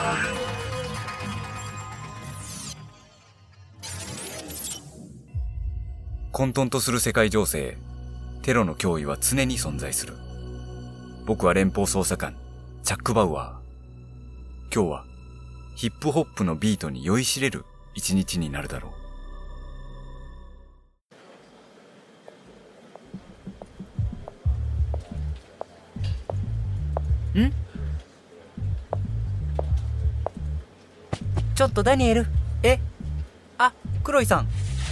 混沌とする世界情勢、テロの脅威は常に存在する。僕は連邦捜査官、チャック・バウアー。今日はヒップホップのビートに酔いしれる一日になるだろう。ちょっとダニエル。クロイさん。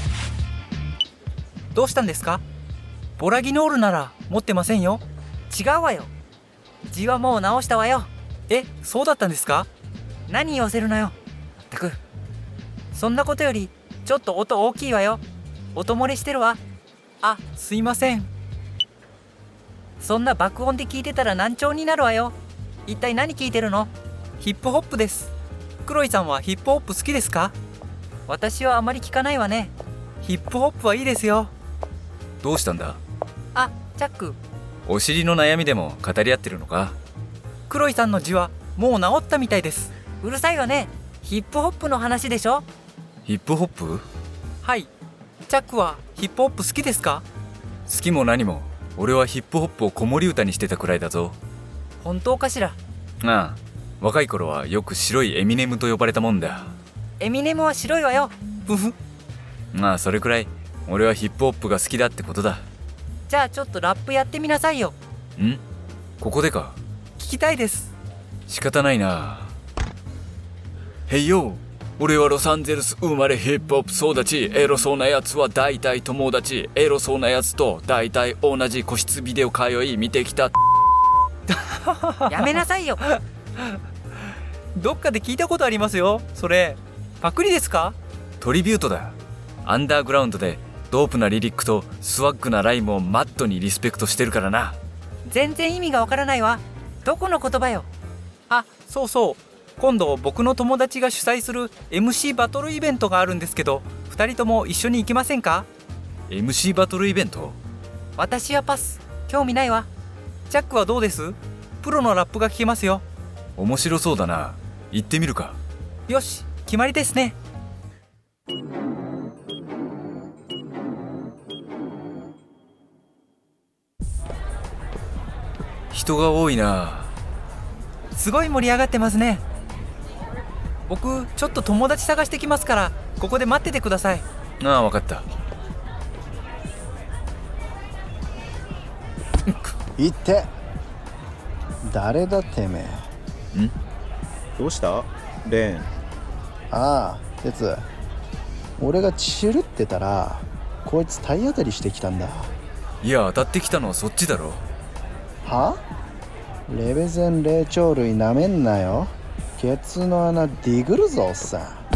どうしたんですか？ボラギノールなら持ってませんよ。違うわよ。字はもう直したわよ。そうだったんですか？何言わせるのよ。ったく。そんなことよりちょっと音大きいわよ。音漏れしてるわ。すいません。そんな爆音で聞いてたら難聴になるわよ。一体何聞いてるの？ヒップホップです。クロイさんはヒップホップ好きですか？私はあまり聞かないわね。ヒップホップはいいですよ。 どうしたんだ？ チャック。 お尻の悩みでも語り合ってるのか？ クロイさんの字はもう治ったみたいです。うるさいわね。ヒップホップの話でしょ？ ヒップホップ？ はい。チャックはヒップホップ好きですか？ 好きも何も、俺はヒップホップを子守歌にしてたくらいだぞ。 本当かしら？ 若い頃はよく白いエミネムと呼ばれたもんだ。 エミネムは白いわよ。ブフ。 それくらい俺はヒップホップが好きだってことだ。 じゃあちょっとラップやってみなさいよ。 ここでか？ 聞きたいです。 仕方ないな。へいよ、俺はロサンゼルス生まれヒップホップ育ち。エロそうなやつは大体友達。エロそうなやつと大体同じ個室ビデオ通い見てきた。 やめなさいよ。どっかで聞いたことありますよ。それパクリですか？ トリビュートだ。アンダーグラウンドでドープなリリックとスワッグなライムをマットにリスペクトしてるからな。 全然意味がわからないわ。どこの言葉よ。そうそう、今度僕の友達が主催する MC バトルイベントがあるんですけど、2人とも一緒に行きませんか？ MC バトルイベント？ 私はパス。興味ないわ。チャックはどうです？プロのラップが聞けますよ。 面白そうだな。行ってみるか。 よし、決まりですね。 人が多いな。 すごい盛り上がってますね。僕ちょっと友達探してきますから、ここで待っててください。 分かった。 言って。誰だてめえ。 どうしたレーン？ 鉄。俺がチルってたらこいつ体当たりしてきたんだ。 いや、当たってきたのはそっちだろ。 は？レベゼン霊長類なめんなよ。ケツの穴ディグるぞおっさん。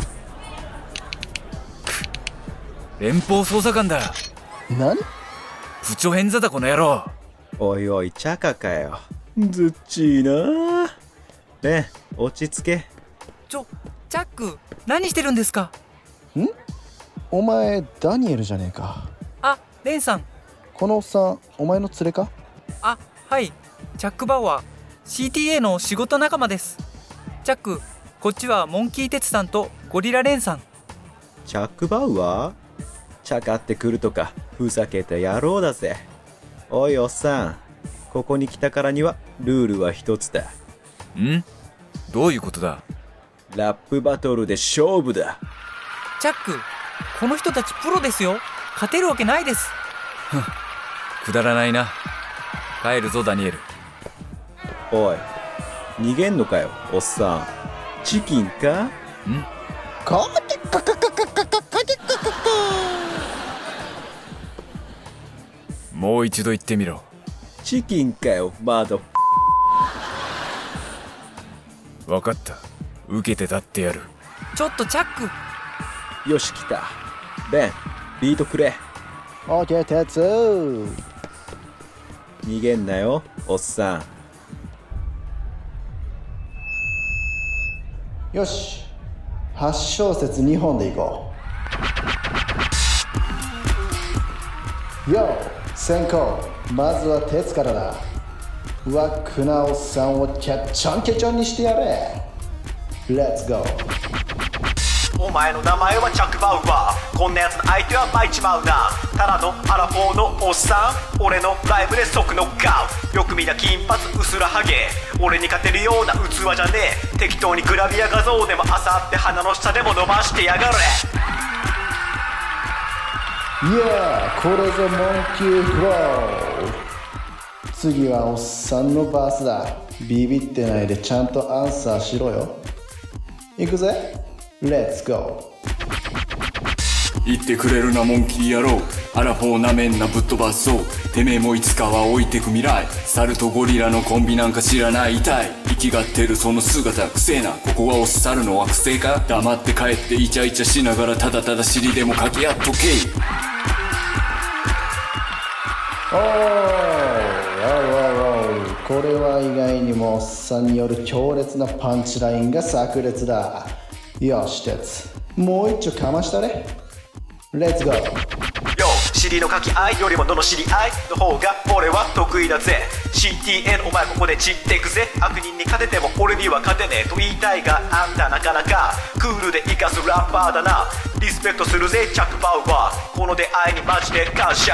連邦捜査官だ。 何？ 不調変座だこの野郎。 おいおい、チャカかよ。ずっちーな。レン、落ち着け。 チャック、何してるんですか？ お前ダニエルじゃねえか。 レンさん。 このおっさんお前の連れか？ はい、チャック・バウアー CTA の仕事仲間です。チャック、こっちはモンキー・テツさんとゴリラ・レンさん。 チャック・バウアー？チャカってくるとかふざけた野郎だぜ。おいおっさん、ここに来たからにはルールは一つだ。 どういうことだ？ ラップバトルで勝負だ。 チャック、この人たちプロですよ。勝てるわけないです。 くだらないな。帰るぞダニエル。 おい、逃げんのかよおっさん。チキンか？ もう一度言ってみろ。 チキンかよマド。 分かった、受けて立ってやる。 ちょっとチャック。 よし来た。レン、ビートくれ。 オーケー鉄。 逃げんなよおっさん。よし、8小節2本でいこう。よ、先行。まずは鉄からだ。ワックなおっさんをケッチョンケチョンにしてやれ。 Let's go。 お前の名前はチャック・バウアー。こんなやつの相手は巻いちまうな。ただのアラフォーのおっさん、俺のライブで即ノックアウト。よく見た金髪うすらハゲ、俺に勝てるような器じゃねえ。適当にグラビア画像でも漁って鼻の下でも伸ばしてやがれ。 いやー、これぞモンキーフロー。次はおっさんのバースだ。ビビってないでちゃんとアンサーしろよ。行くぜ。レッツゴ言ってくれるなモンキー野郎。アラフォーなめんなぶっ飛ばそう。てめえもいつかは置いてく未来。猿とゴリラのコンビなんか知らない痛い。生きがってるその姿くせえな。ここはおっさるの惑星か。黙って帰ってイチャイチャしながらただただ尻でも掛け合っとけい。 ー。おー、これは意外にもおっさんによる強烈なパンチラインが炸裂だ。よし鉄、もう一丁かましたね。レッツゴー。 よ尻のかき合いよりもどの知り合いの方が俺は得意だぜ。 CTN お前ここで散ってくぜ。悪人に勝てても俺には勝てねえと言いたいが、あんたなかなかクールで生かすラッパーだな。リスペクトするぜチャック・バウアー。この出会いにマジで感謝。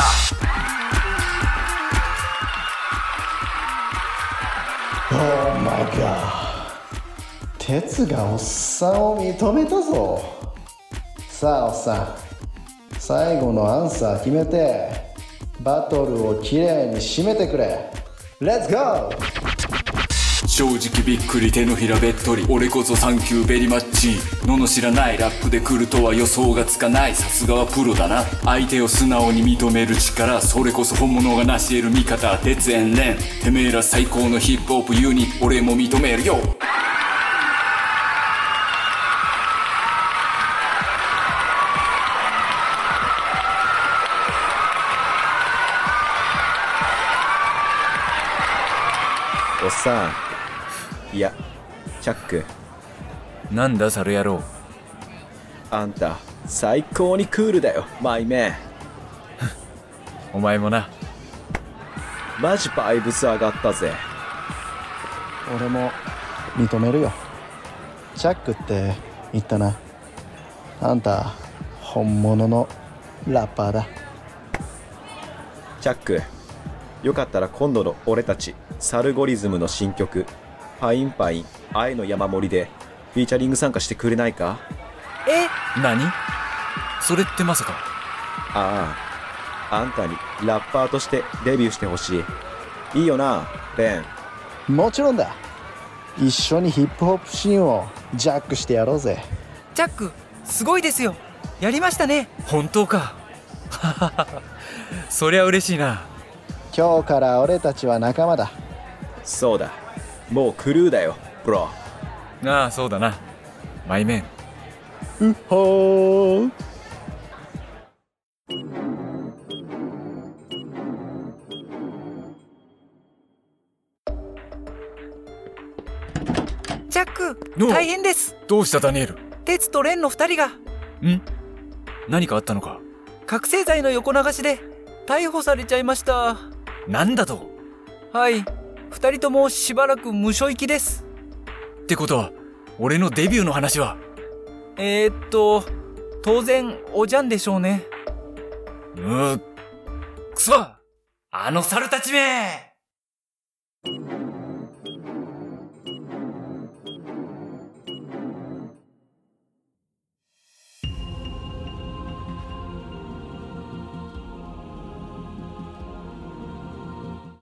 オーマイガー、鉄がおっさんを認めたぞ。さあおっさん、最後のアンサー決めてバトルをきれいに締めてくれ。レッツゴー。 正直びっくり手のひらべっとり。俺こそサンキューベリマッチ。のの知らないラップで来るとは予想がつかない。さすがはプロだな。相手を素直に認める力、それこそ本物が成し得る味方。鉄炎連てめえら最高のヒップホップユニット、俺も認めるよ。 おっさん、いやチャック、 なんだ猿野郎。 あんた最高にクールだよマイメン。 お前もな。 マジバイブス上がったぜ。 俺も認めるよ。チャックって言ったな。あんた本物のラッパーだ。 チャック、よかったら今度の俺たちサルゴリズムの新曲パインパイン愛の山盛りでフィーチャリング参加してくれないか。 何それってまさか。 ああ、あんたにラッパーとしてデビューしてほしい。いいよなレン。 もちろんだ。一緒にヒップホップシーンをジャックしてやろうぜ。 ジャックすごいですよ。やりましたね。 本当か。そりゃ嬉しいな。 今日から俺たちは仲間だ。 そうだ、もうクルーだよブロ。 ああそうだなマイメン。 うっほー。 ジャックお大変です。 どうしたダニエル。 鉄とレンの2人が何かあったのか。 覚醒剤の横流しで逮捕されちゃいました。 なんだと。 はい、2人ともしばらく無所行きです。 ってことは俺のデビューの話は。 当然おじゃんでしょうね。 くそ、あの猿たちめ。